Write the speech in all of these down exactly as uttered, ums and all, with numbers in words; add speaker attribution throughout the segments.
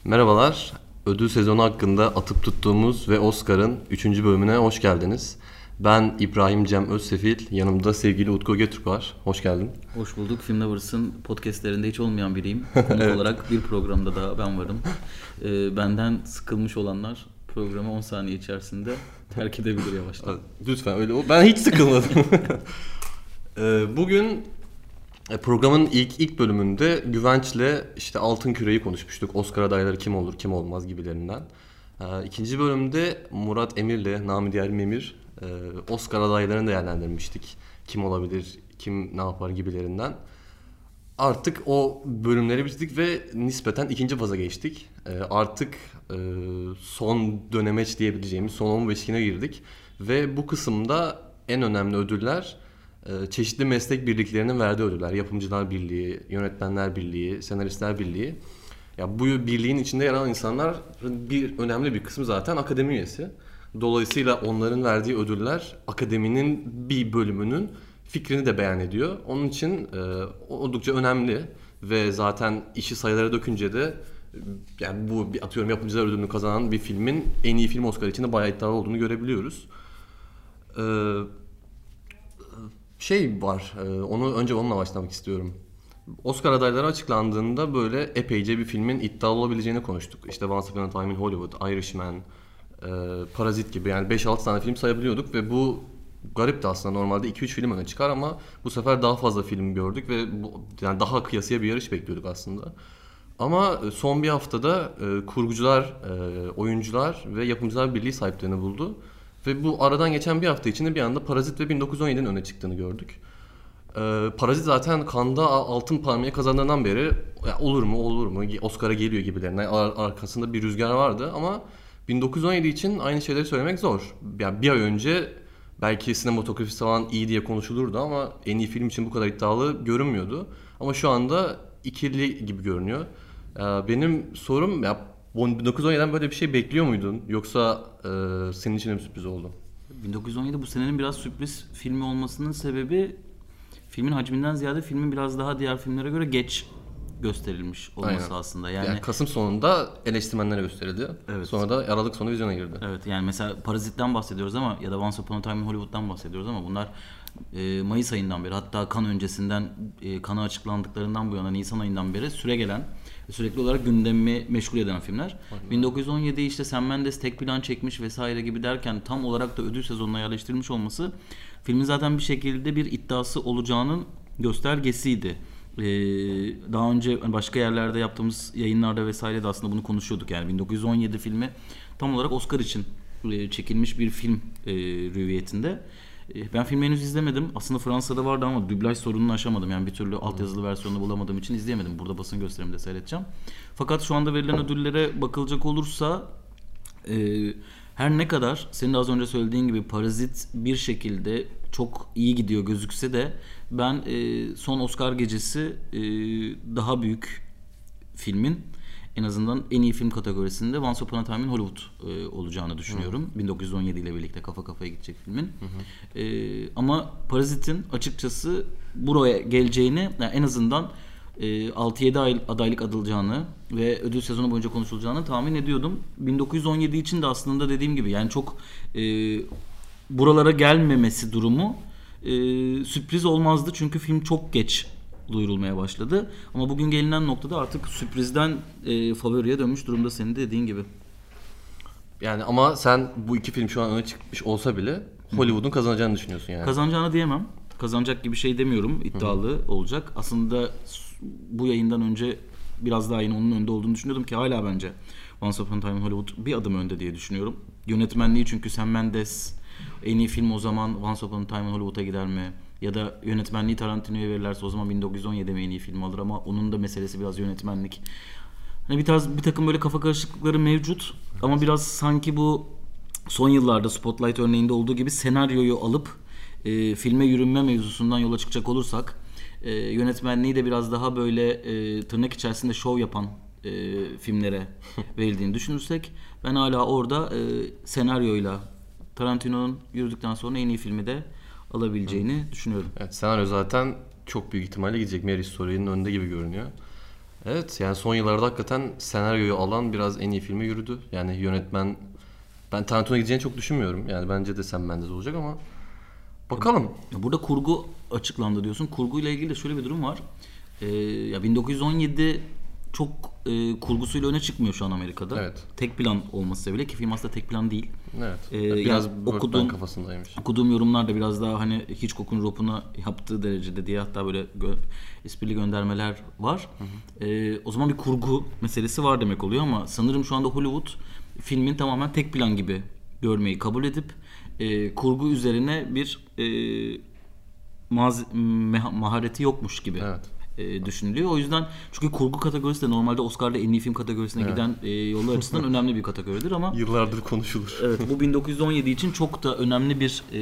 Speaker 1: Merhabalar, ödül sezonu hakkında atıp tuttuğumuz ve Oscar'ın üçüncü bölümüne hoş geldiniz. Ben İbrahim Cem Özsefil, yanımda sevgili Utku Götürk var. Hoş geldin.
Speaker 2: Hoş bulduk. Film Lovers'ın podcastlerinde hiç olmayan biriyim. Konuk evet. olarak bir programda daha ben varım. Ee, benden sıkılmış olanlar programı on saniye içerisinde terk edebilir yavaştan.
Speaker 1: Lütfen öyle ol. Ben hiç sıkılmadım. ee, bugün programın ilk ilk bölümünde Güvenç'le işte Altın Küre'yi konuşmuştuk. Oscar adayları kim olur, kim olmaz gibilerinden. Ee, ikinci bölümde Murat Emir'le, namı diğer Memir, e, Oscar adaylarını değerlendirmiştik. Kim olabilir, kim ne yapar gibilerinden. Artık o bölümleri bitirdik ve nispeten ikinci faza geçtik. Ee, artık e, son dönemeç diyebileceğimiz son on beş güne girdik. Ve bu kısımda en önemli ödüller e, çeşitli meslek birliklerinin verdiği ödüller. Yapımcılar Birliği, Yönetmenler Birliği, Senaristler Birliği. Ya bu birliğin içinde yer alan insanlar bir önemli bir kısmı zaten akademi üyesi. Dolayısıyla onların verdiği ödüller akademinin bir bölümünün fikrini de beyan ediyor. Onun için e, oldukça önemli ve zaten işi sayılara dökünce de yani bu bir atıyorum yapımcılar ödülünü kazanan bir filmin en iyi film Oscar için de bayağı iddialı olduğunu görebiliyoruz. E, şey var, e, onu önce onunla başlamak istiyorum. Oscar adayları açıklandığında böyle epeyce bir filmin iddialı olabileceğini konuştuk. İşte Once Upon a Time in Hollywood, Irishman, e, Parazit gibi yani beş altı tane film sayabiliyorduk ve bu garipti aslında. Normalde iki üç film öne çıkar ama bu sefer daha fazla film gördük ve bu, yani daha kıyasıya bir yarış bekliyorduk aslında. Ama son bir haftada e, kurgucular, e, oyuncular ve yapımcılar birliği sahiplerini buldu. Ve bu aradan geçen bir hafta içinde bir anda Parazit ve bin dokuz yüz on yedi'nin öne çıktığını gördük. E, Parazit zaten Cannes'da altın palmiye kazandığından beri ya olur mu olur mu Oscar'a geliyor gibilerinden ar- arkasında bir rüzgar vardı ama bin dokuz yüz on yedi için aynı şeyleri söylemek zor. Yani bir ay önce belki sinematografisi falan iyi diye konuşulurdu ama en iyi film için bu kadar iddialı görünmüyordu. Ama şu anda ikili gibi görünüyor. Benim sorum ya bin dokuz yüz on yedi'den böyle bir şey bekliyor muydun? Yoksa e, senin için de bir sürpriz oldu?
Speaker 2: bin dokuz yüz on yedi bu senenin biraz sürpriz filmi olmasının sebebi filmin hacminden ziyade filmin biraz daha diğer filmlere göre geç gösterilmiş olması. Aynen. Aslında. Yani,
Speaker 1: yani Kasım sonunda eleştirmenlere gösterildi. Evet. Sonra da Aralık sonu vizyona girdi.
Speaker 2: Evet yani mesela Parazit'ten bahsediyoruz ama ya da Once Upon a Time in Hollywood'dan bahsediyoruz ama bunlar e, Mayıs ayından beri hatta Cannes öncesinden e, Cannes'a açıklandıklarından bu yana Nisan ayından beri süre gelen sürekli olarak gündemi meşgul eden filmler. Aynen. bin dokuz yüz on yedi işte Sam Mendes tek plan çekmiş vesaire gibi derken tam olarak da ödül sezonuna yerleştirilmiş olması filmin zaten bir şekilde bir iddiası olacağının göstergesiydi. Ee, daha önce başka yerlerde yaptığımız yayınlarda vesaire de aslında bunu konuşuyorduk. Yani bin dokuz yüz on yedi filmi tam olarak Oscar için çekilmiş bir film e, rüviyetinde. E, ben filmi henüz izlemedim. Aslında Fransa'da vardı ama dublaj sorununu aşamadım. Yani bir türlü altyazılı versiyonunu bulamadığım için izleyemedim. Burada basın gösteriminde seyredeceğim. Fakat şu anda verilen ödüllere bakılacak olursa e, her ne kadar senin de az önce söylediğin gibi Parazit bir şekilde çok iyi gidiyor gözükse de ben e, son Oscar gecesi e, daha büyük filmin en azından en iyi film kategorisinde Once Upon a Time in Hollywood e, olacağını düşünüyorum. Hı. bin dokuz yüz on yedi ile birlikte kafa kafaya gidecek filmin. Hı hı. E, ama Parazit'in açıkçası buraya geleceğini yani en azından e, altı yedi ay adaylık adılacağını ve ödül sezonu boyunca konuşulacağını tahmin ediyordum. bin dokuz yüz on yedi için de aslında dediğim gibi yani çok e, buralara gelmemesi durumu e, sürpriz olmazdı çünkü film çok geç duyurulmaya başladı. Ama bugün gelinen noktada artık sürprizden e, favoriye dönmüş durumda senin de dediğin gibi.
Speaker 1: Yani ama sen bu iki film şu an öne çıkmış olsa bile Hollywood'un kazanacağını düşünüyorsun yani.
Speaker 2: Kazanacağını diyemem. Kazanacak gibi şey demiyorum. İddialı Hı-hı. olacak. Aslında bu yayından önce biraz daha yine onun önde olduğunu düşünüyordum ki hala bence Once Upon a Time in Hollywood bir adım önde diye düşünüyorum. Yönetmenliği çünkü Sam Mendes en iyi film o zaman Once Upon a Time in Hollywood'a gider mi? Ya da yönetmenliği Tarantino'ya verirlerse o zaman bin dokuz yüz on yedi en iyi film alır ama onun da meselesi biraz yönetmenlik. Hani bir tarz bir takım böyle kafa karışıklıkları mevcut ama biraz sanki bu son yıllarda Spotlight örneğinde olduğu gibi senaryoyu alıp e, filme yürünme mevzusundan yola çıkacak olursak e, yönetmenliği de biraz daha böyle e, tırnak içerisinde şov yapan e, filmlere verildiğini düşünürsek ben hala orada e, senaryoyla Tarantino'nun yürüdükten sonra en iyi filmi de alabileceğini Hı. düşünüyorum.
Speaker 1: Evet, senaryo zaten çok büyük ihtimalle gidecek. Marriage Story'nin önünde gibi görünüyor. Evet yani son yıllarda hakikaten senaryoyu alan biraz en iyi filme yürüdü. Yani yönetmen, ben Tarantino'ya gideceğini çok düşünmüyorum. Yani bence de Sam Mendes olacak ama bakalım.
Speaker 2: Ya burada kurgu açıklandı diyorsun. Kurguyla ilgili de şöyle bir durum var. Ee, ya bin dokuz yüz on yedi çok e, kurgusuyla öne çıkmıyor şu an Amerika'da.
Speaker 1: Evet.
Speaker 2: Tek plan olması bile, ki film aslında tek plan değil.
Speaker 1: Evet.
Speaker 2: Ee,
Speaker 1: Ya biraz
Speaker 2: yani
Speaker 1: Birdman
Speaker 2: okuduğum-
Speaker 1: kafasındaymış.
Speaker 2: Okuduğum yorumlar da biraz daha hani Hitchcock'un Rope'una yaptığı derecede diye, hatta böyle gö- esprili göndermeler var. Ee, o zaman bir kurgu meselesi var demek oluyor ama sanırım şu anda Hollywood filmin tamamen tek plan gibi görmeyi kabul edip e, kurgu üzerine bir e, maz- meha- mahareti yokmuş gibi
Speaker 1: Evet.
Speaker 2: e, düşünülüyor. O yüzden, çünkü kurgu kategorisi de normalde Oscar'da en iyi film kategorisine
Speaker 1: Evet.
Speaker 2: giden e, yolu açısından önemli bir kategoridir ama
Speaker 1: Yıllardır konuşulur.
Speaker 2: evet, bu bin dokuz yüz on yedi için çok da önemli bir e,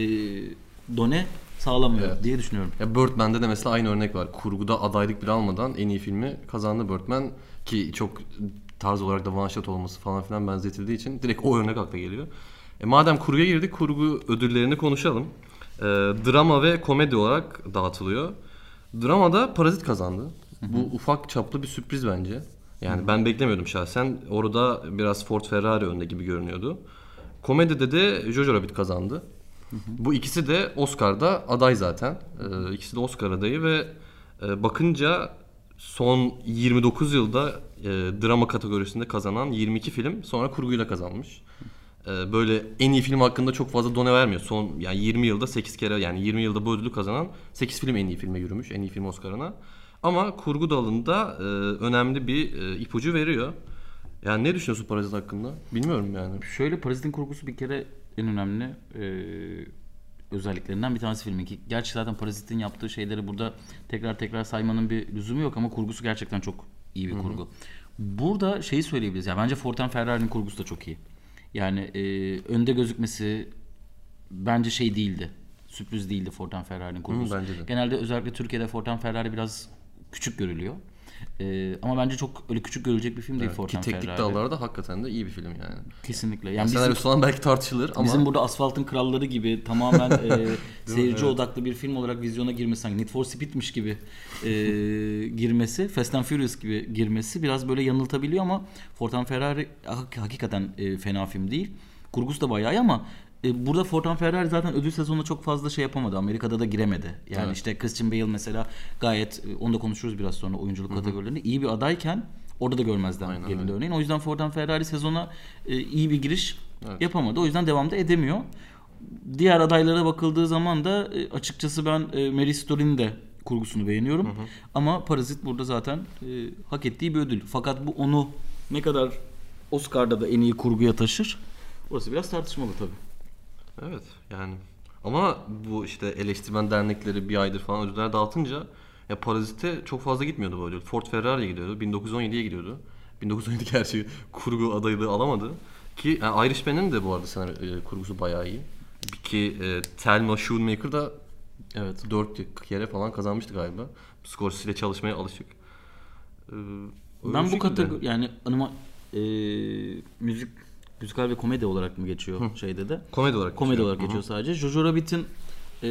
Speaker 2: done sağlamıyor
Speaker 1: Evet.
Speaker 2: diye düşünüyorum.
Speaker 1: Ya Birdman'de de mesela aynı örnek var. Kurguda adaylık bile almadan en iyi filmi kazandı Birdman, ki çok tarz olarak da one shot olması falan filan benzetildiği için direkt o örnek akla geliyor. E madem kurguya girdik, kurgu ödüllerini konuşalım. E, drama ve komedi olarak dağıtılıyor. Dramada Parazit kazandı. Bu ufak çaplı bir sürpriz bence. Yani ben beklemiyordum şahsen. Orada biraz Ford Ferrari önde gibi görünüyordu. Komedide de Jojo Rabbit kazandı. Bu ikisi de Oscar'da aday zaten. Ee, ikisi de Oscar adayı ve e, bakınca son yirmi dokuz yılda e, drama kategorisinde kazanan yirmi iki film sonra kurguyla kazanmış. Ee, böyle en iyi film hakkında çok fazla done vermiyor. Son yani yirmi yılda sekiz kere, yani yirmi yılda bu ödülü kazanan sekiz film en iyi filme yürümüş. En iyi film Oscar'ına. Ama kurgu dalında e, önemli bir e, ipucu veriyor. Yani ne düşünüyorsun Parazit hakkında? Bilmiyorum yani.
Speaker 2: Şöyle, Parazit'in kurgusu bir kere en önemli e, özelliklerinden bir tanesi filmin ki. Gerçi zaten Parazit'in yaptığı şeyleri burada tekrar tekrar saymanın bir lüzumu yok ama kurgusu gerçekten çok iyi bir kurgu. Hı hı. Burada şeyi söyleyebiliriz. Yani bence Ford Ferrari'nin kurgusu da çok iyi. Yani e, önde gözükmesi bence şey değildi. Sürpriz değildi Ford Ferrari'nin kurgusu.
Speaker 1: Hı, bence de.
Speaker 2: Genelde özellikle Türkiye'de Ford Ferrari biraz küçük görülüyor. Ee, ama bence çok öyle küçük görülecek bir film değil
Speaker 1: Evet,
Speaker 2: Ford
Speaker 1: ki teknik
Speaker 2: Ferrari.
Speaker 1: dallarda hakikaten de iyi bir film yani.
Speaker 2: Kesinlikle. Yani
Speaker 1: Yani
Speaker 2: bizim,
Speaker 1: senaryosu falan belki tartışılır ama
Speaker 2: bizim burada Asfalt'ın Kralları gibi tamamen e, seyirci
Speaker 1: Evet.
Speaker 2: odaklı bir film olarak vizyona girmesi, sanki Need for Speed'miş gibi e, girmesi, Fast and Furious gibi girmesi biraz böyle yanıltabiliyor ama Ford Ferrari hak- hakikaten e, fena film değil. Kurgusu da bayağı iyi ama e, burada Ford Ferrari zaten ödül sezonunda çok fazla şey yapamadı. Amerika'da da giremedi. Yani
Speaker 1: Evet.
Speaker 2: işte Christian Bale mesela gayet, e, onu da konuşuruz biraz sonra, oyunculuk kategorilerinde iyi bir adayken orada da görmezden
Speaker 1: Aynen
Speaker 2: gelindi
Speaker 1: öyle.
Speaker 2: örneğin. O yüzden Ford Ferrari sezona e, iyi bir giriş
Speaker 1: Evet.
Speaker 2: yapamadı. O yüzden devam da edemiyor. Diğer adaylara bakıldığı zaman da e, açıkçası ben e, Mary Story'nin de kurgusunu beğeniyorum. Ama Parazit burada zaten e, hak ettiği bir ödül. Fakat bu onu ne kadar Oscar'da da en iyi kurguya taşır, orası biraz tartışmalı tabii.
Speaker 1: evet yani. Ama bu işte eleştirmen dernekleri bir aydır falan ödüller dağıtınca ya Parazit'e çok fazla gitmiyordu bu ödül. Ford Ferrari'ye gidiyordu. bin dokuz yüz on yediye gidiyordu. bin dokuz yüz on yedi gerçi kurgu adaylığı alamadı. Ki yani Irishman'in de bu arada senaryo, e, kurgusu bayağı iyi. Ki e, Thelma Schoonmaker da evet dört kere falan kazanmıştı galiba. Scorsese ile çalışmaya alışık. Ee, öyle
Speaker 2: Ben bu
Speaker 1: şekilde.
Speaker 2: kategori, yani anima e, müzik müzikal ve komedi olarak mı geçiyor şeyde de?
Speaker 1: Komedi olarak
Speaker 2: Komedi
Speaker 1: geçiyor.
Speaker 2: olarak
Speaker 1: Hı hı.
Speaker 2: geçiyor sadece. Jojo Rabbit'in e,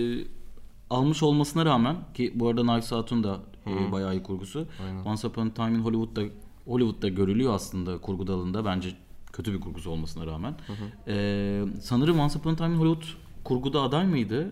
Speaker 2: almış olmasına rağmen, ki bu arada Knives Out'un da e, bayağı iyi kurgusu.
Speaker 1: Aynen.
Speaker 2: Once Upon a Time in Hollywood'da Hollywood'da görülüyor aslında kurgu dalında. Bence kötü bir kurgusu olmasına rağmen. E, sanırım Once Upon a Time in Hollywood kurguda aday mıydı?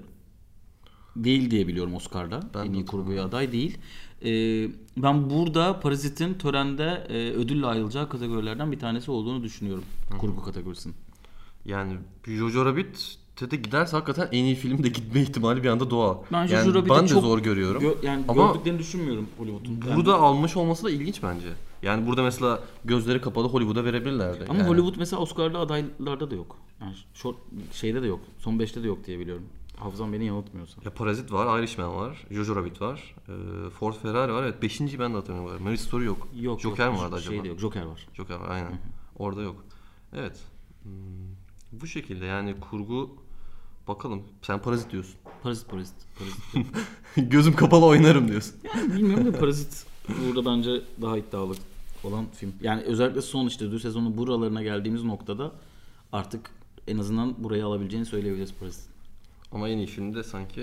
Speaker 2: Değil diye biliyorum Oscar'da.
Speaker 1: Ben
Speaker 2: En
Speaker 1: de
Speaker 2: iyi kurguya aday değil. Ee, ben burada Parazit'in törende e, ödülle ayrılacağı kategorilerden bir tanesi olduğunu düşünüyorum. Kurgu kategorisinin.
Speaker 1: Yani Jojo Rabbit'te de giderse hakikaten en iyi film de gitme ihtimali bir anda doğal.
Speaker 2: Ben Jojo
Speaker 1: yani
Speaker 2: Rabbit'i
Speaker 1: ben de
Speaker 2: çok
Speaker 1: zor görüyorum.
Speaker 2: Gö- yani
Speaker 1: Ama
Speaker 2: gördüklerini düşünmüyorum Hollywood'un.
Speaker 1: burada
Speaker 2: Yani-
Speaker 1: almış olması da ilginç bence. Yani burada mesela gözleri kapalı Hollywood'a verebilirlerdi.
Speaker 2: ama
Speaker 1: yani.
Speaker 2: Hollywood mesela Oscar'lı adaylarda da yok. Yani short şeyde de yok. Son beşte de yok diye biliyorum. Hafızam beni yanıltmıyorsa.
Speaker 1: Ya Parazit var, Irishman var, Jojo Rabbit var, e, Ford Ferrari var. Evet, beşinciyi ben de hatırlamıyorum. Mary Story yok.
Speaker 2: Yok.
Speaker 1: Joker
Speaker 2: yok,
Speaker 1: mi vardı acaba?
Speaker 2: Şeyde yok. Joker var.
Speaker 1: Joker var, aynen. Orada yok. Evet. Hmm, bu şekilde yani kurgu, bakalım. Sen Parazit diyorsun.
Speaker 2: Parazit, Parazit, Parazit.
Speaker 1: Gözüm kapalı oynarım diyorsun.
Speaker 2: Yani bilmiyorum da Parazit burada bence daha iddialı olan film. Yani özellikle son işte ödül sezonu buralarına geldiğimiz noktada artık en azından burayı alabileceğini söyleyebiliriz Parazit.
Speaker 1: Ama en iyi filmde sanki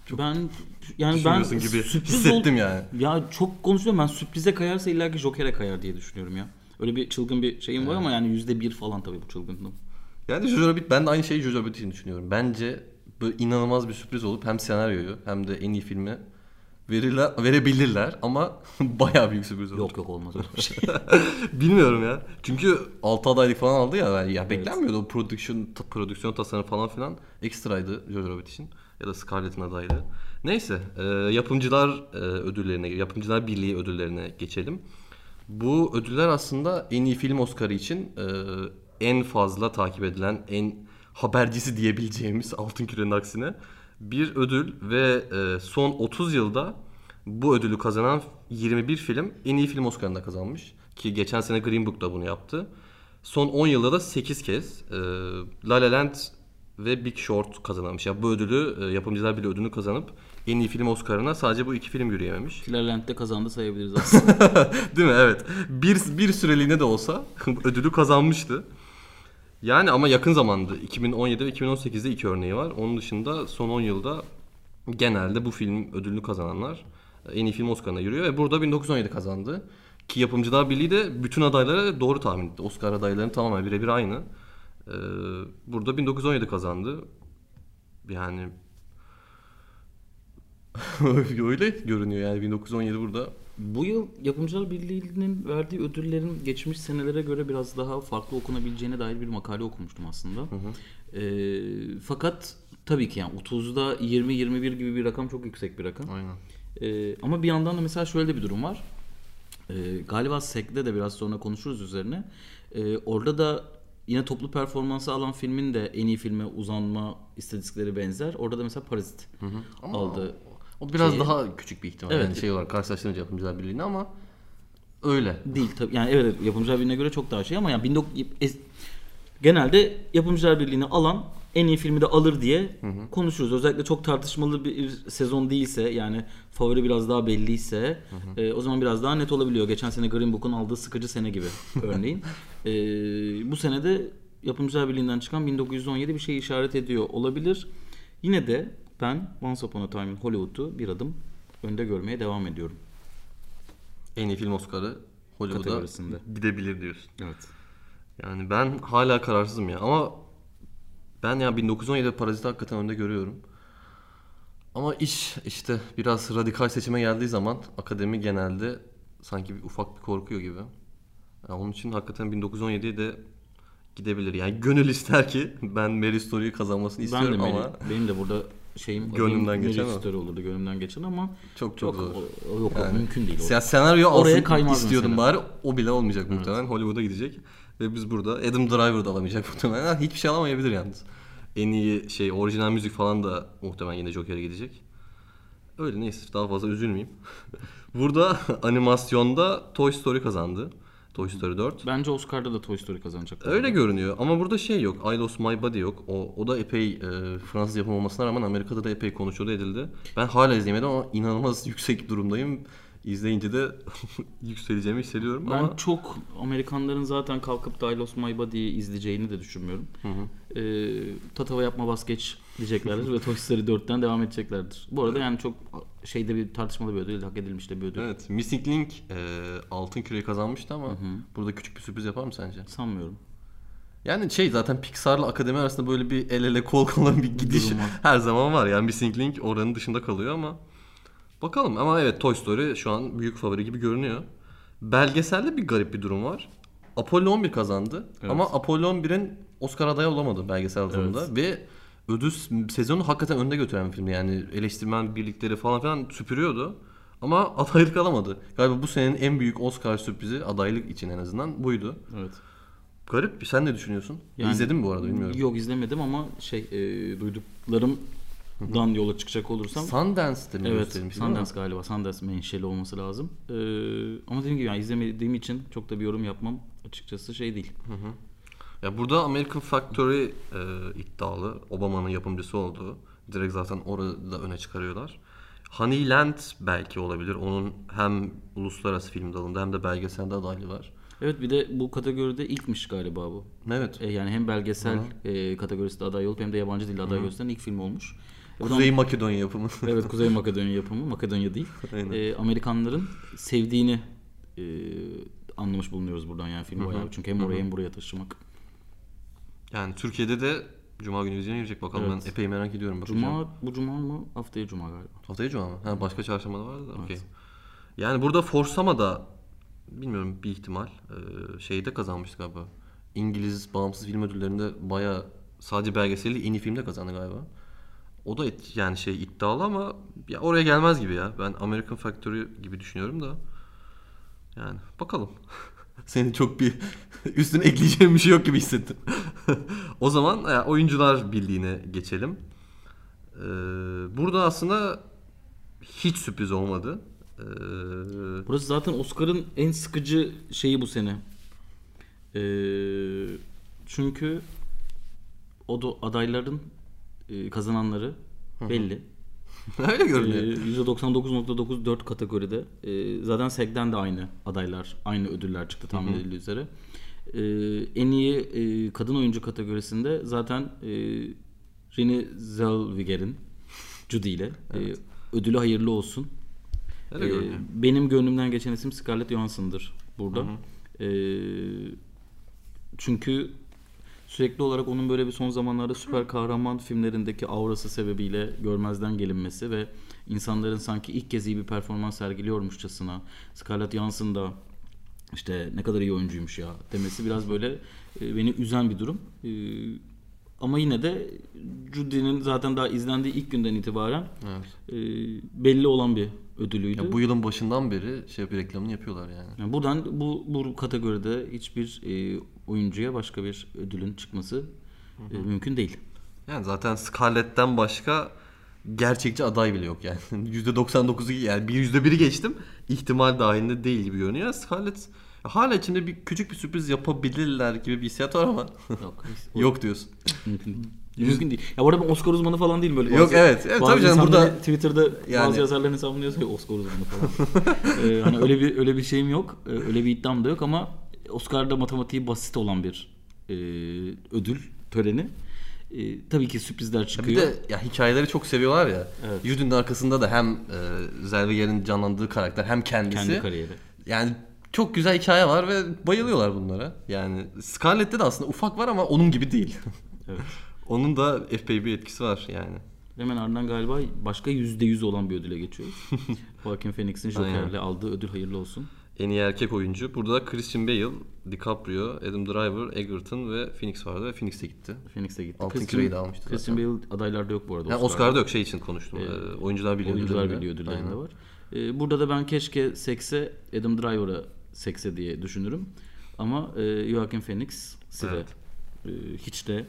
Speaker 2: Ben yani ben
Speaker 1: düşünüyorsun gibi
Speaker 2: sürpriz
Speaker 1: hissettim
Speaker 2: ol-
Speaker 1: yani.
Speaker 2: Ya çok konuşuyorum, ben sürprize kayarsa illaki Joker'e kayar diye düşünüyorum ya. Öyle bir çılgın bir şeyim var ama yani yüzde bir falan tabii bu çılgınlığım.
Speaker 1: Yani Jojo Rabbit, ben de aynı şeyi Jojo Rabbit için düşünüyorum. Bence böyle inanılmaz bir sürpriz olup hem senaryoyu hem de en iyi filmi verirler, verebilirler ama bayağı büyük sürpriz olur.
Speaker 2: Yok yok, olmaz öyle bir şey.
Speaker 1: Bilmiyorum ya. Çünkü altı adaylık falan aldı ya. Yani ya
Speaker 2: Evet.
Speaker 1: beklenmiyordu o prodüksiyon ta- prodüksiyon tasarımı falan filan ekstraydı Jojo Rabbit için, ya da Scarlett'in adaydı. Neyse, e, yapımcılar e, ödüllerine, yapımcılar birliği ödüllerine geçelim. Bu ödüller aslında en iyi film Oscar'ı için e, en fazla takip edilen, en habercisi diyebileceğimiz Altın Küre'nin aksine bir ödül ve e, son otuz yılda bu ödülü kazanan yirmi bir film en iyi film Oscar'ını da kazanmış. Ki geçen sene Green Book da bunu yaptı. Son on yılda da sekiz kez e, La La Land ve Big Short kazanmış. Yani bu ödülü, e, yapımcılar bile ödülünü kazanıp en iyi film Oscar'ına sadece bu iki film yürüyememiş.
Speaker 2: Killer Land'de kazandı sayabiliriz aslında.
Speaker 1: Değil mi? Evet. Bir, bir süreliğine de olsa ödülü kazanmıştı. Yani ama yakın zamanda iki bin on yedi ve iki bin on sekizde iki örneği var. Onun dışında son on yılda genelde bu film ödülünü kazananlar en iyi film Oscar'ına yürüyor ve burada bin dokuz yüz on yedi kazandı. Ki Yapımcılar Birliği de bütün adaylara doğru tahmin etti. Oscar adaylarının tamamen birebir aynı. Ee, burada bin dokuz yüz on yedi kazandı. Yani öyle görünüyor yani bin dokuz yüz on yedi burada.
Speaker 2: Bu yıl Yapımcılar Birliği'nin verdiği ödüllerin geçmiş senelere göre biraz daha farklı okunabileceğine dair bir makale okumuştum aslında. Hı hı. E, fakat tabii ki yani otuzda yirmi yirmi bir gibi bir rakam çok yüksek bir rakam.
Speaker 1: Aynen.
Speaker 2: E, ama bir yandan da mesela şöyle de bir durum var. E, galiba S E C'de de biraz sonra konuşuruz üzerine. E, orada da yine toplu performansı alan filmin de en iyi filme uzanma istatistikleri benzer. Orada da mesela Parazit
Speaker 1: Hı hı. Ama
Speaker 2: aldı.
Speaker 1: O biraz
Speaker 2: Şeyi-
Speaker 1: daha küçük bir ihtimal.
Speaker 2: Evet.
Speaker 1: Yani şey olarak karşılaştırınca Yapımcılar Birliği'ne ama öyle.
Speaker 2: Değil tabii. Yani evet, Yapımcılar Birliği'ne göre çok daha şey ama yani bin dokuz yüz es- genelde Yapımcılar Birliği'ni alan en iyi filmi de alır diye konuşuruz. Özellikle çok tartışmalı bir sezon değilse, yani favori biraz daha belliyse e, o zaman biraz daha net olabiliyor. Geçen sene Green Book'un aldığı sıkıcı sene gibi örneğin. E, bu sene de Yapımcılar Birliği'nden çıkan bin dokuz yüz on yedi bir şey işaret ediyor olabilir. Yine de ben Once Upon a Time in Hollywood'u bir adım önde görmeye devam ediyorum.
Speaker 1: En iyi film Oscar'ı Hollywood'a
Speaker 2: Kategorisinde.
Speaker 1: gidebilir diyorsun.
Speaker 2: Evet.
Speaker 1: Yani ben hala kararsızım ya. Ama ben ya bin dokuz yüz on yedi Parazit'i hakikaten önde görüyorum. Ama iş işte biraz radikal seçime geldiği zaman akademi genelde sanki bir ufak bir korkuyor gibi. Yani onun için hakikaten bin dokuz yüz on yediye de gidebilir. Yani gönül ister ki ben Mary Story'yi kazanmasını
Speaker 2: Ben de
Speaker 1: istiyorum
Speaker 2: Mary,
Speaker 1: ama
Speaker 2: benim de burada şeyim
Speaker 1: Gönlümden
Speaker 2: Mary
Speaker 1: geçen o.
Speaker 2: Story olurdu gönlümden geçen ama
Speaker 1: çok çok zor.
Speaker 2: o- o- yok o
Speaker 1: Yani
Speaker 2: mümkün değil. O.
Speaker 1: Ya senaryo
Speaker 2: Oraya
Speaker 1: alsın
Speaker 2: kaymaz
Speaker 1: istiyordum
Speaker 2: mesela.
Speaker 1: bari. O bile olmayacak muhtemelen. Hollywood'a gidecek. Ve biz burada Adam Driver da alamayacak muhtemelen. Hiçbir şey alamayabilir yalnız. En iyi şey orijinal müzik falan da muhtemelen yine Joker'e gidecek. Öyle, neyse daha fazla üzülmeyeyim. Burada animasyonda Toy Story kazandı. Toy Story dört.
Speaker 2: Bence Oscar'da da Toy Story kazanacak.
Speaker 1: Öyle görünüyor ama burada şey yok. I Lost My Body yok. O, o da epey e, Fransız yapım olmasına rağmen Amerika'da da epey konuşuldu edildi. Ben hala izleyemedim ama inanılmaz yüksek durumdayım. İzleyince de yükseleceğimi hissediyorum
Speaker 2: Ben
Speaker 1: ama
Speaker 2: çok Amerikanların zaten kalkıp da I Lost My Body'yi izleyeceğini de düşünmüyorum.
Speaker 1: hı hı.
Speaker 2: Ee, tatava yapma bas geç diyeceklerdir ve Toy Story dörtten devam edeceklerdir. Bu arada yani çok şeyde bir tartışmalı bir ödül, hak edilmiş de bir ödül.
Speaker 1: Evet, Missing Link e, altın küreyi kazanmıştı ama burada küçük bir sürpriz yapar mı sence?
Speaker 2: Sanmıyorum.
Speaker 1: Yani şey zaten Pixar'la akademi arasında böyle bir el ele kol kola bir gidiş
Speaker 2: Durum var.
Speaker 1: her zaman var. Yani Missing Link oranın dışında kalıyor ama bakalım. Ama evet, Toy Story şu an büyük favori gibi görünüyor. Belgeselde bir garip bir durum var. Apollo on bir kazandı
Speaker 2: Evet.
Speaker 1: ama Apollo on birin Oscar adayı olamadı belgesel alanında ve ödül sezonu hakikaten önde götüren bir filmdi. Yani eleştirmen birlikleri falan filan süpürüyordu. Ama adaylık alamadı. Galiba bu senenin en büyük Oscar sürprizi adaylık için en azından buydu.
Speaker 2: Evet.
Speaker 1: Garip. Sen ne düşünüyorsun?
Speaker 2: Yani-
Speaker 1: İzledin mi bu arada, bilmiyorum.
Speaker 2: Yok, izlemedim ama şey e, duyduklarımdan yola çıkacak olursam
Speaker 1: Sundance'te mi
Speaker 2: evet,
Speaker 1: gösterilmiş? değil mi?
Speaker 2: Sundance galiba. Sundance menşeli olması lazım. Ee, ama dediğim gibi yani izlemediğim için çok da bir yorum yapmam açıkçası şey değil.
Speaker 1: Ya burada American Factory e, iddialı. Obama'nın yapımcısı olduğu. Direkt zaten orada öne çıkarıyorlar. Honeyland belki olabilir. Onun hem uluslararası film dalında hem de belgeselde adaylığı var.
Speaker 2: Evet, bir de bu kategoride ilkmiş galiba bu.
Speaker 1: Evet.
Speaker 2: E, yani hem belgesel e, kategorisinde aday olup hem de yabancı dilde aday gösteren ilk film olmuş.
Speaker 1: Kuzey Makedonya yapımı.
Speaker 2: Evet, Kuzey Makedonya yapımı. Makedonya değil. E, Amerikanların sevdiğini e, anlamış bulunuyoruz buradan yani film bayağı. Çünkü hem oraya hem buraya taşımak.
Speaker 1: Yani Türkiye'de de Cuma günü vizyona girecek bakalım. Evet. Ben epey merak ediyorum. Bakacağım.
Speaker 2: Cuma, bu Cuma mı? Haftaya Cuma galiba.
Speaker 1: Haftaya Cuma mı? Ha, başka çarşamba da vardı da. Evet. Okay. Yani burada Forsama da bilmiyorum, bir ihtimal ee, şeyde kazanmıştı galiba. İngiliz bağımsız film ödüllerinde bayağı sadece belgeseli en iyi filmde kazandı galiba. O da et, yani şey iddialı ama ya oraya gelmez gibi ya. Ben American Factory gibi düşünüyorum da. Yani bakalım. Senin çok bir üstüne ekleyeceğim bir şey yok gibi hissettim. O zaman yani oyuncular birliğine geçelim. Ee, burada aslında hiç sürpriz olmadı. Ee,
Speaker 2: Burası zaten Oscar'ın en sıkıcı şeyi bu sene. Ee, çünkü o da adayların e, kazananları belli.
Speaker 1: Öyle görünüyor.
Speaker 2: Ee, yüzde doksan dokuz nokta dokuz dört kategoride. Ee, zaten S E G'den de aynı adaylar, aynı ödüller çıktı tahmin edildiği üzere. Ee, en iyi e, kadın oyuncu kategorisinde zaten e, Renée Zellweger'in Judy ile evet. e, ödülü hayırlı olsun. Ee, benim gönlümden geçen isim Scarlett Johansson'dır burada. Hı hı. Ee, çünkü sürekli olarak onun böyle bir son zamanlarda süper kahraman filmlerindeki aurası sebebiyle görmezden gelinmesi ve insanların sanki ilk kez iyi bir performans sergiliyormuşçasına Scarlett Johansson da işte ne kadar iyi oyuncuymuş ya demesi biraz böyle e, beni üzen bir durum. E, ama yine de Judy'nin zaten daha izlendiği ilk günden itibaren evet. e, belli olan bir ödülüydü.
Speaker 1: Ya bu yılın başından beri şey bir reklamını yapıyorlar yani.
Speaker 2: yani buradan bu bu kategoride hiçbir e, oyuncuya başka bir ödülün çıkması e, mümkün değil.
Speaker 1: Yani zaten Scarlett'ten başka gerçekçi aday bile yok yani. yüzde doksan dokuzu yani bir yüzde biri geçtim. İhtimal dahilinde değil gibi görünüyor. Scarlett hala içinde bir küçük bir sürpriz yapabilirler gibi bir hissiyat var ama yok. Yok diyorsun.
Speaker 2: Mümkün değil. Mümkün değil. Ya bu arada ben Oscar uzmanı falan değilim böyle.
Speaker 1: Yok bazı, evet. evet tabii canım burada
Speaker 2: Twitter'da yani bazı yazarların hesabını yazıyor Oscar uzmanı falan. ee, hani öyle bir öyle bir şeyim yok. Ee, öyle bir iddiam da yok ama Oscar'da matematiği basit olan bir e, ödül töreni. E, tabii ki sürprizler çıkıyor.
Speaker 1: Bir de ya hikayeleri çok seviyorlar ya. Evet. Judy'nin arkasında da hem e, Zellweger'in canlandığı karakter hem kendisi.
Speaker 2: Kendi kariyeri.
Speaker 1: Yani çok güzel hikaye var ve bayılıyorlar bunlara. Yani Scarlett'te de aslında ufak var ama onun gibi değil. Evet. Onun da epey bir etkisi var yani.
Speaker 2: Hemen ardından galiba başka yüzde yüz olan bir ödüle geçiyoruz. Joaquin Phoenix'in Joker'le aldığı ödül hayırlı olsun.
Speaker 1: En iyi erkek oyuncu. Burada Christian Bale, DiCaprio, Adam Driver, Egerton ve Phoenix vardı ve Phoenix de gitti.
Speaker 2: Phoenix de gitti.
Speaker 1: Altın küreyi de almıştı
Speaker 2: Christian Bale adaylarda yok bu arada.
Speaker 1: Yani Oscar'da. Oscar'da yok, şey için konuştum. Ee, oyuncular Birliği
Speaker 2: Oyuncular Birliği ödüllerinde var. Ee, burada da ben keşke sekse Adam Driver'a sekse diye düşünürüm. Ama e, Joaquin Phoenix size evet. e, hiç de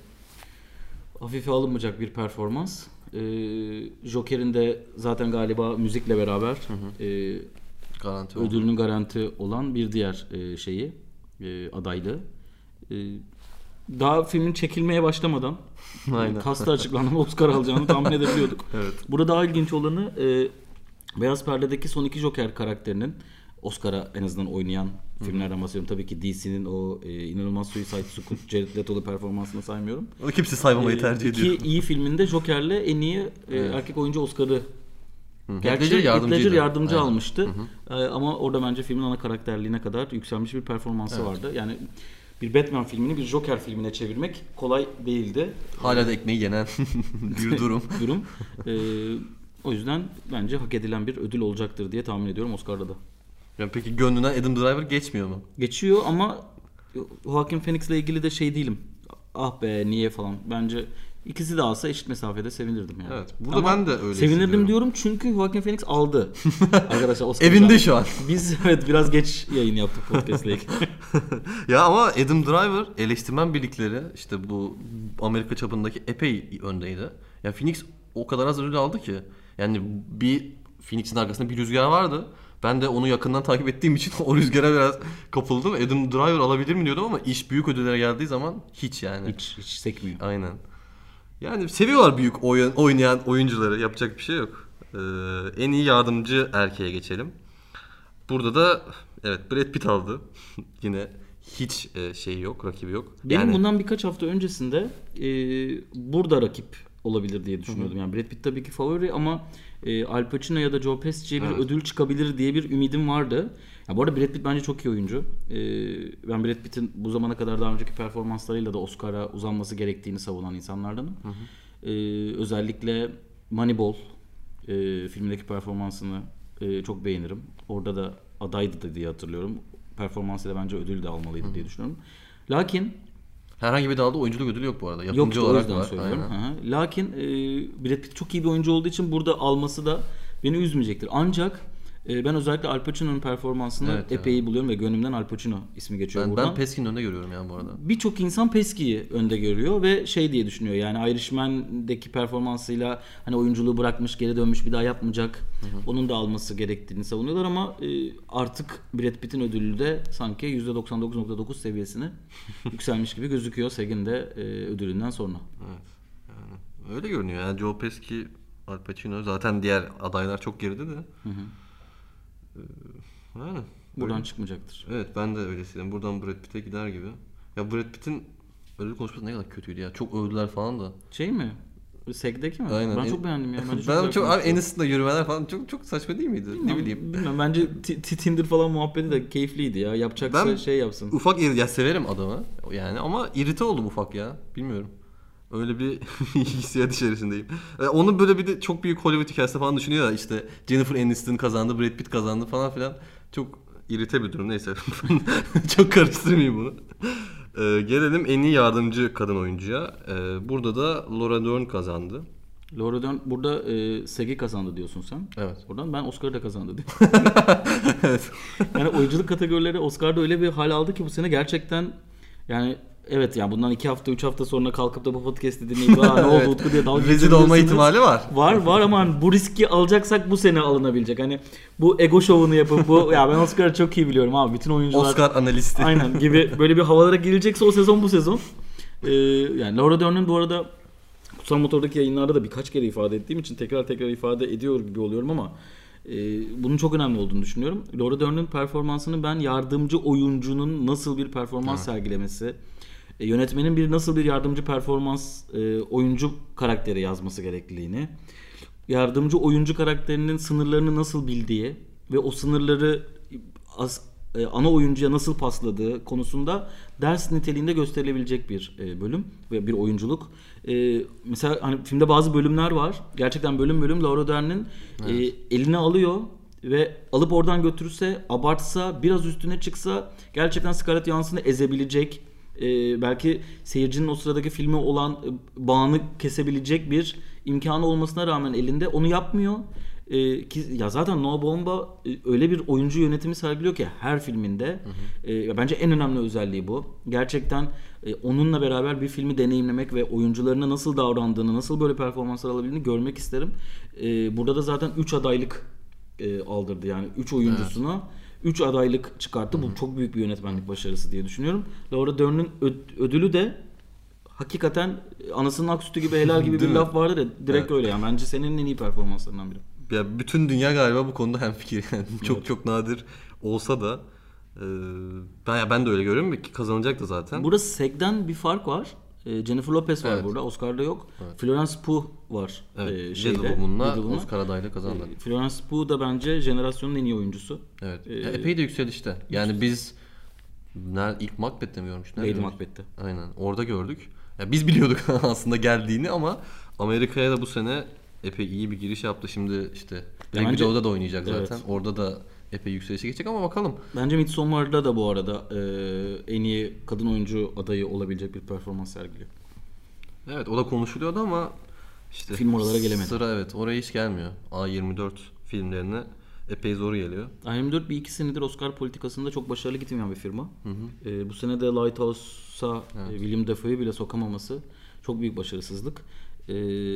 Speaker 2: hafife alınmayacak bir performans. E, Joker'in de zaten galiba müzikle beraber hı hı. E, garanti ödülünün oldu. Garanti olan bir diğer e, şeyi e, adaylığı. E, daha filmin çekilmeye başlamadan kasta açıklanan Oscar alacağını tahmin edebiliyorduk. Evet. Burada daha ilginç olanı e, Beyaz Perde'deki son iki Joker karakterinin Oscar'a en azından oynayan filmlerden bahsediyorum. Tabii ki D C'nin o e, inanılmaz Suicide Squad, Jared Leto'lu performansını saymıyorum.
Speaker 1: Onu kimse saymamayı tercih ediyor.
Speaker 2: İki iyi filminde Joker'le en iyi e, evet. erkek oyuncu Oscar'ı gerçi
Speaker 1: Heath
Speaker 2: Ledger yardımcı Aynen. almıştı. Hı hı. E, ama orada bence filmin ana karakterliğine kadar yükselmiş bir performansı evet. vardı. Yani bir Batman filmini bir Joker filmine çevirmek kolay değildi.
Speaker 1: Hala da ekmeği yenen bir durum.
Speaker 2: durum. E, o yüzden bence hak edilen bir ödül olacaktır diye tahmin ediyorum Oscar'da da.
Speaker 1: Yani peki gönlünden Adam Driver geçmiyor mu?
Speaker 2: Geçiyor ama Joaquin Phoenix'le ilgili de şey değilim. Ah be niye falan. Bence ikisi de alsa eşit mesafede sevinirdim yani.
Speaker 1: Evet. Burada ama ben de öyle
Speaker 2: sevinirdim diyorum çünkü Joaquin Phoenix aldı. Arkadaşlar Oscar
Speaker 1: evinde şu an.
Speaker 2: Biz evet biraz geç yayın yaptık podcast'le ilgili.
Speaker 1: Ya ama Adam Driver eleştirmen birlikleri işte bu Amerika çapındaki epey öndeydi. Ya Phoenix o kadar az ödül aldı ki. Yani bir Phoenix'in arkasında bir rüzgar vardı. Ben de onu yakından takip ettiğim için o rüzgara biraz kapıldım. Adam Driver alabilir mi diyordum ama iş büyük ödüllere geldiği zaman hiç yani.
Speaker 2: Hiç, hiç sekmiyor.
Speaker 1: Aynen. Yani seviyorlar büyük oyun, oynayan oyuncuları. Yapacak bir şey yok. Ee, en iyi yardımcı erkeğe geçelim. Burada da evet Brad Pitt aldı. Yine hiç e, şey yok, rakibi yok.
Speaker 2: Benim
Speaker 1: yani...
Speaker 2: bundan birkaç hafta öncesinde e, burada rakip olabilir diye düşünüyordum. Yani Brad Pitt tabii ki favori ama e, Al Pacino ya da Joe Pesci'ye bir
Speaker 1: Evet.
Speaker 2: ödül çıkabilir diye bir ümidim vardı. Ya bu arada Brad Pitt bence çok iyi oyuncu. E, ben Brad Pitt'in bu zamana kadar daha önceki performanslarıyla da Oscar'a uzanması gerektiğini savunan insanlardanım. Hı hı. E, özellikle Moneyball e, filmdeki performansını e, çok beğenirim. Orada da adaydı da diye hatırlıyorum. Performansıyla bence ödül de almalıydı, hı hı, diye düşünüyorum. Lakin
Speaker 1: herhangi bir dalda oyunculuk ödülü yok bu arada.
Speaker 2: yoktu,
Speaker 1: Yapımcı
Speaker 2: o
Speaker 1: olarak
Speaker 2: yüzden
Speaker 1: var.
Speaker 2: söylüyorum. Lakin e, Brad Pitt çok iyi bir oyuncu olduğu için burada alması da beni üzmeyecektir. Ancak e, ben özellikle Al Pacino'nun performansını
Speaker 1: Evet
Speaker 2: epey
Speaker 1: ya.
Speaker 2: iyi buluyorum ve gönlümden Al Pacino ismi geçiyor
Speaker 1: Ben,
Speaker 2: buradan.
Speaker 1: ben Peskin'in önünde görüyorum yani bu arada.
Speaker 2: Birçok insan Pesci'yi önde görüyor ve şey diye düşünüyor, yani Irishman'deki performansıyla hani oyunculuğu bırakmış, geri dönmüş, bir daha yapmayacak. Hı hı. Onun da alması gerektiğini savunuyorlar ama e, artık Brad Pitt'in ödülü de sanki yüzde doksan dokuz nokta dokuz seviyesine yükselmiş gibi gözüküyor Seg'in de e, ödülünden sonra.
Speaker 1: Evet. Yani öyle görünüyor. Yani Joe Pesci, Al Pacino, zaten diğer adaylar çok geride de. Hı hı. Ee, yani
Speaker 2: buradan
Speaker 1: öyle
Speaker 2: çıkmayacaktır.
Speaker 1: Evet, ben de öyle hissediyorum. Buradan Brad Pitt'e gider gibi. Ya Brad Pitt'in ödül konuşması ne kadar kötüydü ya. Çok övdüler falan da.
Speaker 2: Şey mi? Seg'deki mi?
Speaker 1: Aynen.
Speaker 2: Ben
Speaker 1: En,
Speaker 2: çok beğendim ya. Bence
Speaker 1: ben
Speaker 2: çok,
Speaker 1: çok abi Aniston'da yürümeler falan çok çok saçma değil miydi?
Speaker 2: Bilmem,
Speaker 1: ne bileyim.
Speaker 2: Bilmem. Bence t- t- Tinder falan muhabbeti de keyifliydi ya. Yapacaksa
Speaker 1: ben
Speaker 2: şey yapsın.
Speaker 1: Ufak ya severim adamı yani ama irite oldum ufak ya. Bilmiyorum. Öyle bir hissiyat içerisindeyim. Onun böyle bir de çok büyük Hollywood hikayesi falan düşünüyor ya, işte Jennifer Aniston kazandı, Brad Pitt kazandı falan filan. Çok irite bir durum, neyse. Çok karıştırmayayım bunu. Ee, gelelim en iyi yardımcı kadın oyuncuya. Ee, burada da Laura Dern kazandı.
Speaker 2: Laura Dern burada e, Seg'i kazandı diyorsun sen.
Speaker 1: Evet.
Speaker 2: Oradan ben Oscar'ı da kazandı diyorum.
Speaker 1: Evet.
Speaker 2: Yani oyunculuk kategorileri Oscar'da öyle bir hal aldı ki bu sene gerçekten, yani evet, yani bundan iki hafta üç hafta sonra kalkıp da bu podcast'i dinleyip ne oldu
Speaker 1: Evet.
Speaker 2: Utku diye dalga
Speaker 1: Rezil olma
Speaker 2: geçebilirsiniz.
Speaker 1: ihtimali var.
Speaker 2: Var var ama hani bu riski alacaksak bu sene alınabilecek. Hani bu ego şovunu yapıp bu ya ben Oscar'ı çok iyi biliyorum abi. Bütün oyuncular
Speaker 1: Oscar analisti.
Speaker 2: aynen gibi böyle bir havalara girilecekse o sezon bu sezon. Ee, yani Laura Dern'ün bu arada Kutsal Motor'daki yayınlarda da birkaç kere ifade ettiğim için tekrar tekrar ifade ediyor gibi oluyorum ama e, bunun çok önemli olduğunu düşünüyorum. Laura Dern'ün performansını ben yardımcı oyuncunun nasıl bir performans, evet, sergilemesi, e, yönetmenin bir nasıl bir yardımcı performans e, oyuncu karakteri yazması gerekliliğini, yardımcı oyuncu karakterinin sınırlarını nasıl bildiği ve o sınırları az, e, ana oyuncuya nasıl pasladığı konusunda ders niteliğinde gösterilebilecek bir e, bölüm ve bir oyunculuk. E, mesela hani filmde bazı bölümler var. Gerçekten bölüm bölüm Laura Dern'in evet. e, eline alıyor ve alıp oradan götürürse, abartsa, biraz üstüne çıksa gerçekten Scarlett Johansson'ı ezebilecek, e, belki seyircinin o sıradaki filme olan e, bağını kesebilecek bir imkanı olmasına rağmen elinde onu yapmıyor. Ee, ki, ya zaten Noah Baumbach e, öyle bir oyuncu yönetimi sergiliyor ki her filminde. Hı hı. E, bence en önemli özelliği bu. Gerçekten e, onunla beraber bir filmi deneyimlemek ve oyuncularına nasıl davrandığını, nasıl böyle performanslar alabildiğini görmek isterim. E, burada da zaten üç adaylık e, aldırdı. Yani üç oyuncusuna üç evet. adaylık çıkarttı. Hı hı. Bu çok büyük bir yönetmenlik başarısı diye düşünüyorum. Laura Dern'ün ö- ödülü de hakikaten anasının ak sütü gibi, helal gibi bir laf vardır ya, direkt evet. öyle yani. Bence senin en iyi performanslarından biri.
Speaker 1: Ya bütün dünya galiba bu konuda hemfikir yani. Çok evet. çok nadir olsa da e, ben ya ben de öyle görüyorum ki kazanacaktı zaten.
Speaker 2: Burada Seg'den bir fark var. E, Jennifer Lopez var evet. burada. Oscar'da yok. Evet. Florence Pugh var.
Speaker 1: Evet. E, şeyde. Bununla Oscar adaylığı kazandı.
Speaker 2: E, Florence Pugh da bence jenerasyonun en iyi oyuncusu.
Speaker 1: Evet. E, ya epey de yükselişte. Yani biz nerede ilk Macbeth'te mi görmüştük?
Speaker 2: Lady Macbeth'te.
Speaker 1: Aynen. Orada gördük. Ya biz biliyorduk aslında geldiğini ama Amerika'ya da bu sene epey iyi bir giriş yaptı. Şimdi işte Black Widow'da da oynayacak zaten. Evet. Orada da epey yükselişe geçecek ama bakalım.
Speaker 2: Bence Midsommar'da da bu arada e, en iyi kadın oyuncu adayı olabilecek bir performans sergiliyor.
Speaker 1: Evet, o da konuşuluyordu ama işte
Speaker 2: film oralara gelemedi.
Speaker 1: Sıra evet oraya hiç gelmiyor. A yirmi dört filmlerine epey zor geliyor.
Speaker 2: A yirmi dört bir iki senedir Oscar politikasında çok başarılı gitmeyen bir firma. Hı hı. E, bu sene de Lighthouse'a evet. e, Willem Dafoe'yu bile sokamaması çok büyük başarısızlık. Ee,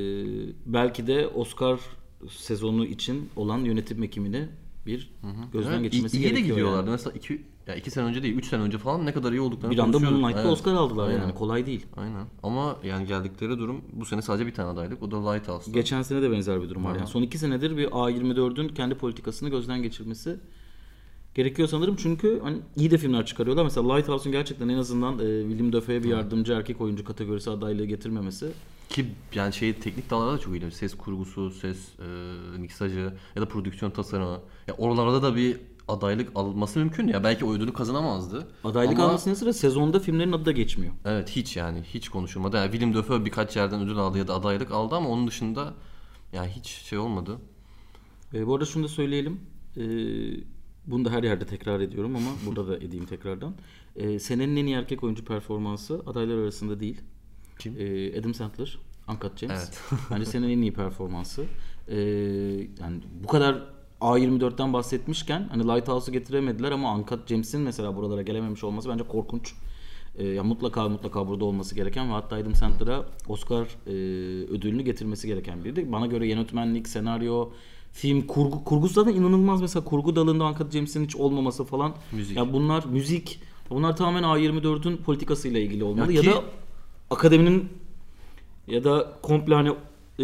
Speaker 2: belki de Oscar sezonu için olan yönetim ekimini bir hı hı. gözden evet, geçirmesi
Speaker 1: iyi
Speaker 2: gerekiyor.
Speaker 1: İyi de gidiyorlardı.
Speaker 2: Yani.
Speaker 1: Mesela iki, ya iki sene önce değil, üç sene önce falan ne kadar iyi olduklarını
Speaker 2: bir anda Moonlight'ta evet. Oscar aldılar. Aynen. Yani kolay değil.
Speaker 1: Aynen. Ama yani geldikleri durum bu sene sadece bir tane adaylık. O da Lighthouse'da.
Speaker 2: Geçen sene de benzer bir durum var. Yani son iki senedir bir A yirmi dördün kendi politikasını gözden geçirmesi gerekiyor sanırım çünkü hani iyi de filmler çıkarıyorlar. Mesela Lighthouse'un gerçekten en azından e, Willem Dafoe'ya bir yardımcı erkek oyuncu kategorisi adaylığı getirmemesi.
Speaker 1: Ki yani şey teknik dallarda da çok iyi. Ses kurgusu, ses e, miksajı ya da prodüksiyon tasarımı. Ya oralarda da bir adaylık alınması mümkün ya. Belki o ödülü kazanamazdı.
Speaker 2: Adaylık
Speaker 1: ama...
Speaker 2: almasının sıra sezonda filmlerin adı da geçmiyor.
Speaker 1: Evet hiç yani hiç konuşulmadı. Yani Willem Dafoe birkaç yerden ödül aldı ya da adaylık aldı ama onun dışında yani hiç şey olmadı.
Speaker 2: E, bu arada şunu da söyleyelim. E, bunu da her yerde tekrar ediyorum ama burada da edeyim tekrardan. E, senenin en iyi erkek oyuncu performansı adaylar arasında değil.
Speaker 1: Kim?
Speaker 2: E, Adam Sandler, Uncut Gems.
Speaker 1: Evet.
Speaker 2: Bence senenin en iyi performansı. E, yani bu kadar A yirmi dörtten bahsetmişken hani Lighthouse'u getiremediler ama Uncut Gems'in mesela buralara gelememiş olması bence korkunç. E, ya mutlaka mutlaka burada olması gereken ve hatta Adam Sandler'a Oscar e, ödülünü getirmesi gereken biriydi. Bana göre yönetmenlik, senaryo, film, kurgu, kurgusu zaten inanılmaz. Mesela kurgu dalında Uncut Gems'in hiç olmaması falan.
Speaker 1: Müzik.
Speaker 2: Ya bunlar müzik, bunlar tamamen A yirmi dört'ün politikasıyla ilgili olmalı ya,
Speaker 1: ya ki...
Speaker 2: da akademinin ya da komple hani e,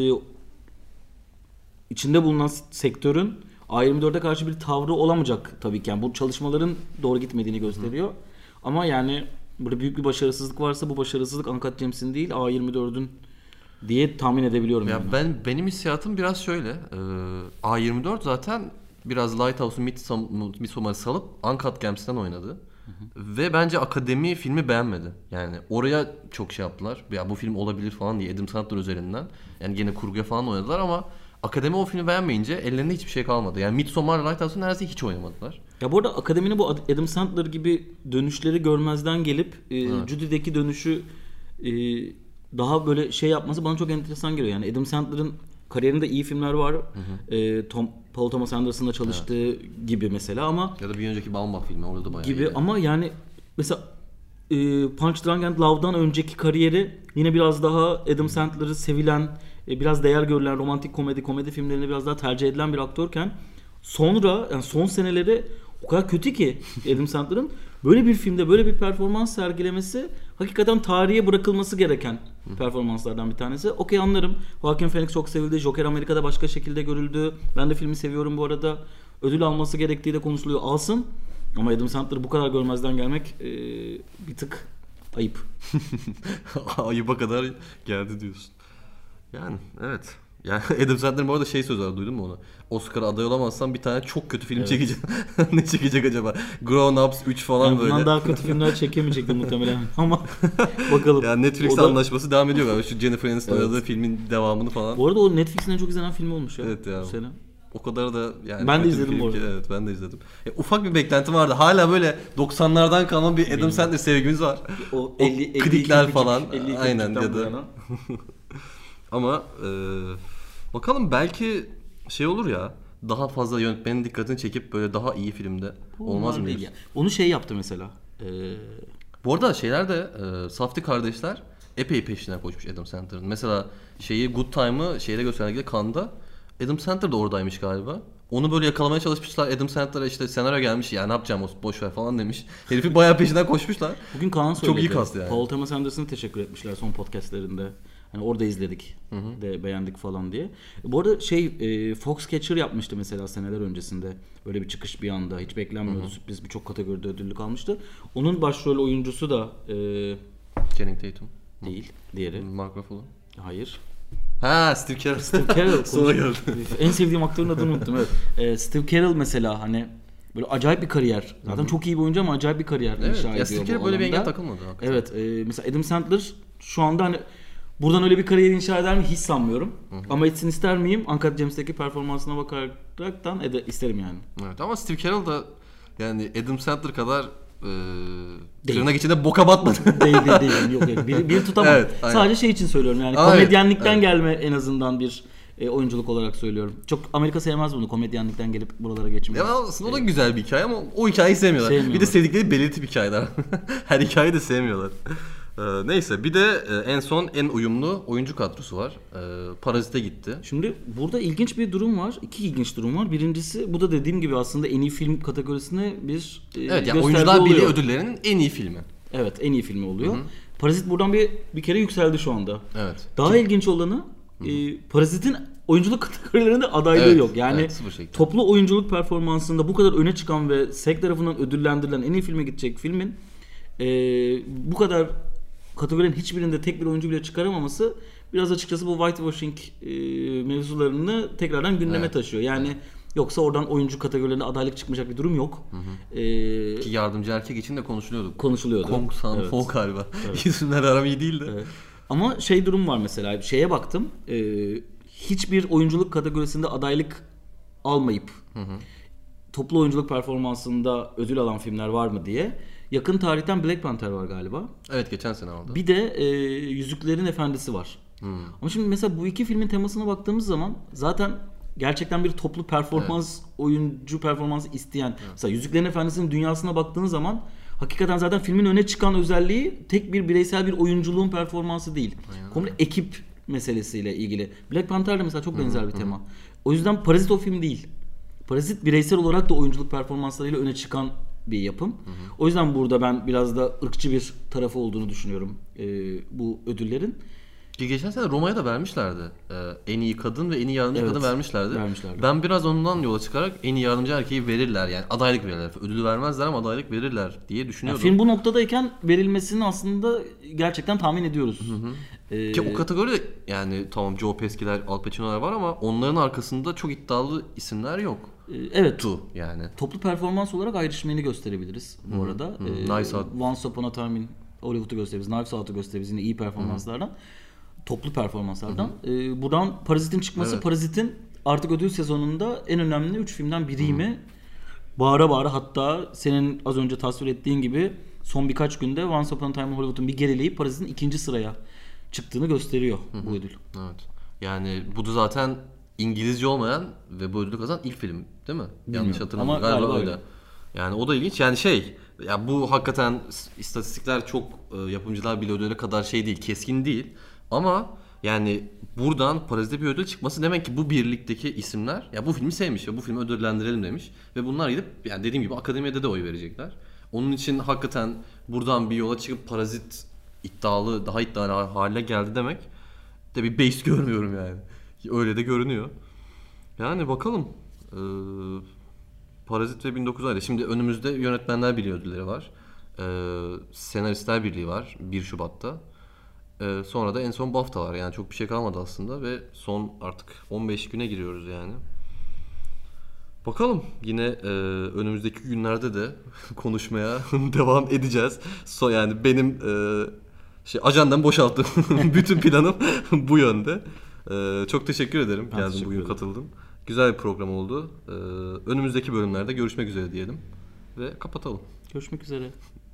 Speaker 2: içinde bulunan sektörün A yirmi dört'e karşı bir tavrı olamayacak tabii ki. Yani bu çalışmaların doğru gitmediğini gösteriyor. Hı. Ama yani burada büyük bir başarısızlık varsa bu başarısızlık Uncut Gems'in değil A yirmi dört'ün diye tahmin edebiliyorum.
Speaker 1: Ya
Speaker 2: yani.
Speaker 1: ben benim hissiyatım biraz şöyle. E, A yirmi dört zaten biraz Lighthouse'u Midsommar'ı salıp Uncut Gems'ten oynadı. Hı hı. Ve bence akademi filmi beğenmedi. Yani oraya çok şey yaptılar. Ya bu film olabilir falan diye Adam Sandler üzerinden. Yani gene kurguya falan oynadılar ama akademi o filmi beğenmeyince ellerinde hiçbir şey kalmadı. Yani Midsommar, Lighthouse'u neredeyse hiç oynamadılar.
Speaker 2: Ya bu arada akademinin bu Adam Sandler gibi dönüşleri görmezden gelip e,
Speaker 1: evet.
Speaker 2: Judy'deki dönüşü e, daha böyle şey yapması bana çok enteresan geliyor. Yani Adam Sandler'ın kariyerinde iyi filmler var. Hı hı. E, Tom, Paul Thomas Anderson'la çalıştığı evet. gibi mesela ama
Speaker 1: ya da bir önceki Baumbach filmi orada da bayağı
Speaker 2: gibi
Speaker 1: iyi.
Speaker 2: Ama yani mesela e, Punch Drunk and Love'dan önceki kariyeri yine biraz daha Adam Sandler'ı sevilen, e, biraz değer görülen romantik komedi komedi filmlerine biraz daha tercih edilen bir aktörken sonra yani son seneleri o kadar kötü ki Adam Sandler'ın böyle bir filmde böyle bir performans sergilemesi hakikaten tarihe bırakılması gereken performanslardan bir tanesi. Okey anlarım. Joaquin Phoenix çok sevildi. Joker Amerika'da başka şekilde görüldü. Ben de filmi seviyorum bu arada. Ödül alması gerektiği de konuşuluyor. Alsın. Ama Adam Sandler'ı bu kadar görmezden gelmek ee, bir tık ayıp.
Speaker 1: Ayıba kadar geldi diyorsun. Yani evet. Yani Adam Sandler'ın bu arada şey sözü var, duydun mu onu? Oscar'a aday olamazsam bir tane çok kötü film evet. çekeceğim. Ne çekecek acaba? Grown Ups üç falan yani böyle.
Speaker 2: Bundan daha kötü filmler çekemeyecekti muhtemelen ama bakalım.
Speaker 1: Yani Netflix da... anlaşması devam ediyor galiba. Şu Jennifer Aniston evet. oynadığı filmin devamını falan.
Speaker 2: Bu arada o Netflix'in en çok izlenen filmi olmuş ya.
Speaker 1: Evet ya. Bu sene. O kadar da yani.
Speaker 2: Ben de izledim bu arada.
Speaker 1: Evet ben de izledim. Ya, ufak bir beklentim vardı. Hala böyle doksanlardan kalan bir Adam Sandler sevgimiz var.
Speaker 2: O, elli,
Speaker 1: o klikler falan.
Speaker 2: elli,
Speaker 1: aynen ya da. Ama e, bakalım belki şey olur ya. Daha fazla yönetmenin dikkatini çekip böyle daha iyi filmde bu olmaz mı?
Speaker 2: Ya. Onu şey yaptı mesela. Ee...
Speaker 1: Bu arada şeyler de e, Safdie kardeşler epey peşine koşmuş Adam Sandler'ın. Mesela şeyi Good Time'ı şeyde gösterdiğinde Cannes'da Adam Sandler de oradaymış galiba. Onu böyle yakalamaya çalışmışlar. Adam Sandler'a işte senaryo gelmiş. Ya ne yapacağım o boş ver falan demiş. Herifi bayağı peşinden koşmuşlar.
Speaker 2: Bugün Kaan söyledi.
Speaker 1: Çok iyi kastı yani.
Speaker 2: Paul Thomas Anderson'a teşekkür etmişler son podcastlerinde. Hani orada izledik hı hı. de beğendik falan diye. Bu arada şey e, Foxcatcher yapmıştı mesela seneler öncesinde. Böyle bir çıkış bir anda. Hiç beklenmiyordu. Hı hı. Sürpriz birçok kategoride ödüllük almıştı. Onun başrol oyuncusu da e,
Speaker 1: Channing Tatum.
Speaker 2: Değil. Diğeri.
Speaker 1: Mark Ruffalo.
Speaker 2: Hayır.
Speaker 1: Ha Steve Carell.
Speaker 2: Steve Carell.
Speaker 1: Sonra geldi.
Speaker 2: En sevdiğim aktörün adını unuttum. Evet. E, Steve Carell mesela hani böyle acayip bir kariyer. Zaten hı-hı. çok iyi bir oyuncu ama acayip bir kariyer
Speaker 1: evet,
Speaker 2: inşa ediyor.
Speaker 1: Steve Carell böyle bir engel takılmadı hakikaten.
Speaker 2: Evet. E, mesela Adam Sandler şu anda hani buradan öyle bir kariyer inşa eder mi hiç sanmıyorum. Hı-hı. Ama etsin ister miyim? Uncut Gems'teki performansına bakaraktan ede- isterim yani.
Speaker 1: Evet ama Steve Carell da yani Adam Sandler kadar e, tırnak içinde boka batmadı.
Speaker 2: değil değil değil. Yok yok. Bir, bir tutamam. Evet, sadece şey için söylüyorum yani
Speaker 1: Aa,
Speaker 2: komedyenlikten
Speaker 1: evet,
Speaker 2: gelme en azından bir e, oyunculuk olarak söylüyorum. Çok Amerika sevmez bunu komedyenlikten gelip buralara geçmeyi.
Speaker 1: Ya aslında o da güzel bir hikaye ama o hikayeyi sevmiyorlar. sevmiyorlar. Bir de sevdikleri belirti hikayeler. Her hikayeyi de sevmiyorlar. Ee, neyse bir de e, en son en uyumlu oyuncu kadrosu var. Ee, Parazit'e gitti.
Speaker 2: Şimdi burada ilginç bir durum var. İki ilginç durum var. Birincisi bu da dediğim gibi aslında en iyi film kategorisine bir e,
Speaker 1: evet, yani Oyuncular Birliği ödüllerinin en iyi filmi.
Speaker 2: Evet en iyi filmi oluyor. Hı-hı. Parazit buradan bir bir kere yükseldi şu anda.
Speaker 1: Evet.
Speaker 2: Daha Kim? ilginç olanı e, Parazit'in oyunculuk kategorilerinde adaylığı
Speaker 1: Evet,
Speaker 2: yok. Yani
Speaker 1: evet, sıfır şekilde.
Speaker 2: toplu oyunculuk performansında bu kadar öne çıkan ve S E C tarafından ödüllendirilen en iyi filme gidecek filmin e, bu kadar kategorinin hiçbirinde tek bir oyuncu bile çıkaramaması biraz açıkçası bu whitewashing e, mevzularını tekrardan gündeme
Speaker 1: Evet.
Speaker 2: taşıyor. Yani
Speaker 1: Evet.
Speaker 2: yoksa oradan oyuncu kategorilerinde adaylık çıkmayacak bir durum yok.
Speaker 1: Hı hı.
Speaker 2: E,
Speaker 1: Ki yardımcı erkek için de konuşuluyordu.
Speaker 2: konuşuluyordu.
Speaker 1: Kong San
Speaker 2: Evet.
Speaker 1: Fo galiba.
Speaker 2: Evet.
Speaker 1: İsimler aram iyi değildi.
Speaker 2: Evet. Ama şey durum var mesela, şeye baktım, e, hiçbir oyunculuk kategorisinde adaylık almayıp
Speaker 1: Hı hı.
Speaker 2: toplu oyunculuk performansında ödül alan filmler var mı diye. Yakın tarihten Black Panther var galiba.
Speaker 1: Evet, geçen sene aldı.
Speaker 2: Bir de e, Yüzüklerin Efendisi var.
Speaker 1: Hmm.
Speaker 2: Ama şimdi mesela bu iki filmin temasına baktığımız zaman zaten gerçekten bir toplu performans, evet. oyuncu performansı isteyen. Evet. Mesela Yüzüklerin Efendisi'nin dünyasına baktığınız zaman hakikaten zaten filmin öne çıkan özelliği tek bir bireysel bir oyunculuğun performansı değil. Komple ekip meselesiyle ilgili. Black Panther'da mesela çok benzer hı, bir hı. tema. O yüzden Parazit o film değil. Parazit bireysel olarak da oyunculuk performanslarıyla öne çıkan bir yapım. Hı hı. O yüzden burada ben biraz da ırkçı bir tarafı olduğunu düşünüyorum e, bu ödüllerin.
Speaker 1: Ki geçen sene Roma'ya da vermişlerdi. Ee, en iyi kadın ve en iyi yardımcı
Speaker 2: evet,
Speaker 1: kadın vermişlerdi.
Speaker 2: vermişlerdi.
Speaker 1: Ben biraz ondan yola çıkarak en iyi yardımcı erkeği verirler. Yani adaylık verirler. Ödülü vermezler ama adaylık verirler diye düşünüyordum.
Speaker 2: Yani film bu noktadayken verilmesini aslında gerçekten tahmin ediyoruz.
Speaker 1: Hı hı.
Speaker 2: Ee,
Speaker 1: Ki o kategoride yani tamam Joe Pesci'ler, Al Pacino'lar var ama onların arkasında çok iddialı isimler yok.
Speaker 2: Evet.
Speaker 1: Tu yani.
Speaker 2: Toplu performans olarak ayrışmayı gösterebiliriz bu arada.
Speaker 1: Hı hı.
Speaker 2: Ee,
Speaker 1: Knives Out.
Speaker 2: Once Upon a Time in Hollywood'u gösterebiliriz. Knives Out'u gösterebiliriz. Yine iyi performanslardan. Hı hı. Toplu performanslardan. Hı hı. Ee, buradan Parazit'in çıkması, evet. Parazit'in artık ödül sezonunda en önemli üç filmden biri mi? Bağıra bağıra, hatta senin az önce tasvir ettiğin gibi son birkaç günde Once Upon a Time in Hollywood'un bir gerileyip Parazit'in ikinci sıraya çıktığını gösteriyor
Speaker 1: hı hı.
Speaker 2: bu ödül.
Speaker 1: Evet. Yani bu da zaten İngilizce olmayan ve bu ödülü kazanan ilk film değil mi?
Speaker 2: Bilmiyorum.
Speaker 1: Yanlış hatırlamıyorum.
Speaker 2: Ama
Speaker 1: galiba,
Speaker 2: galiba
Speaker 1: öyle.
Speaker 2: öyle.
Speaker 1: Yani o da ilginç. Yani şey, ya bu hakikaten istatistikler çok yapımcılar bile ödüle kadar şey değil, keskin değil. Ama yani buradan Parazit'e bir ödül çıkması demek ki bu birlikteki isimler ya bu filmi sevmiş ve bu filmi ödüllendirelim demiş ve bunlar gidip yani dediğim gibi akademide de oy verecekler. Onun için hakikaten buradan bir yola çıkıp Parazit iddialı, daha iddialı hale geldi demek de bir base görmüyorum yani. Öyle de görünüyor. Yani bakalım. Ee, Parazit ve bin dokuz yüz ayda. Şimdi önümüzde Yönetmenler Birliği ödülleri var. Ee, Senaristler Birliği var bir Şubat'ta. Ee, sonra da en son BAFTA var. Yani çok bir şey kalmadı aslında ve son artık on beş güne giriyoruz yani. Bakalım yine e, önümüzdeki günlerde de konuşmaya devam edeceğiz. So yani benim e, şey ajandamı boşalttım. Bütün planım bu yönde. E, çok teşekkür ederim.
Speaker 2: Ben
Speaker 1: Geldim
Speaker 2: teşekkür
Speaker 1: bugün
Speaker 2: ederim.
Speaker 1: katıldım. Güzel bir program oldu. E, önümüzdeki bölümlerde görüşmek üzere diyelim ve kapatalım.
Speaker 2: Görüşmek üzere.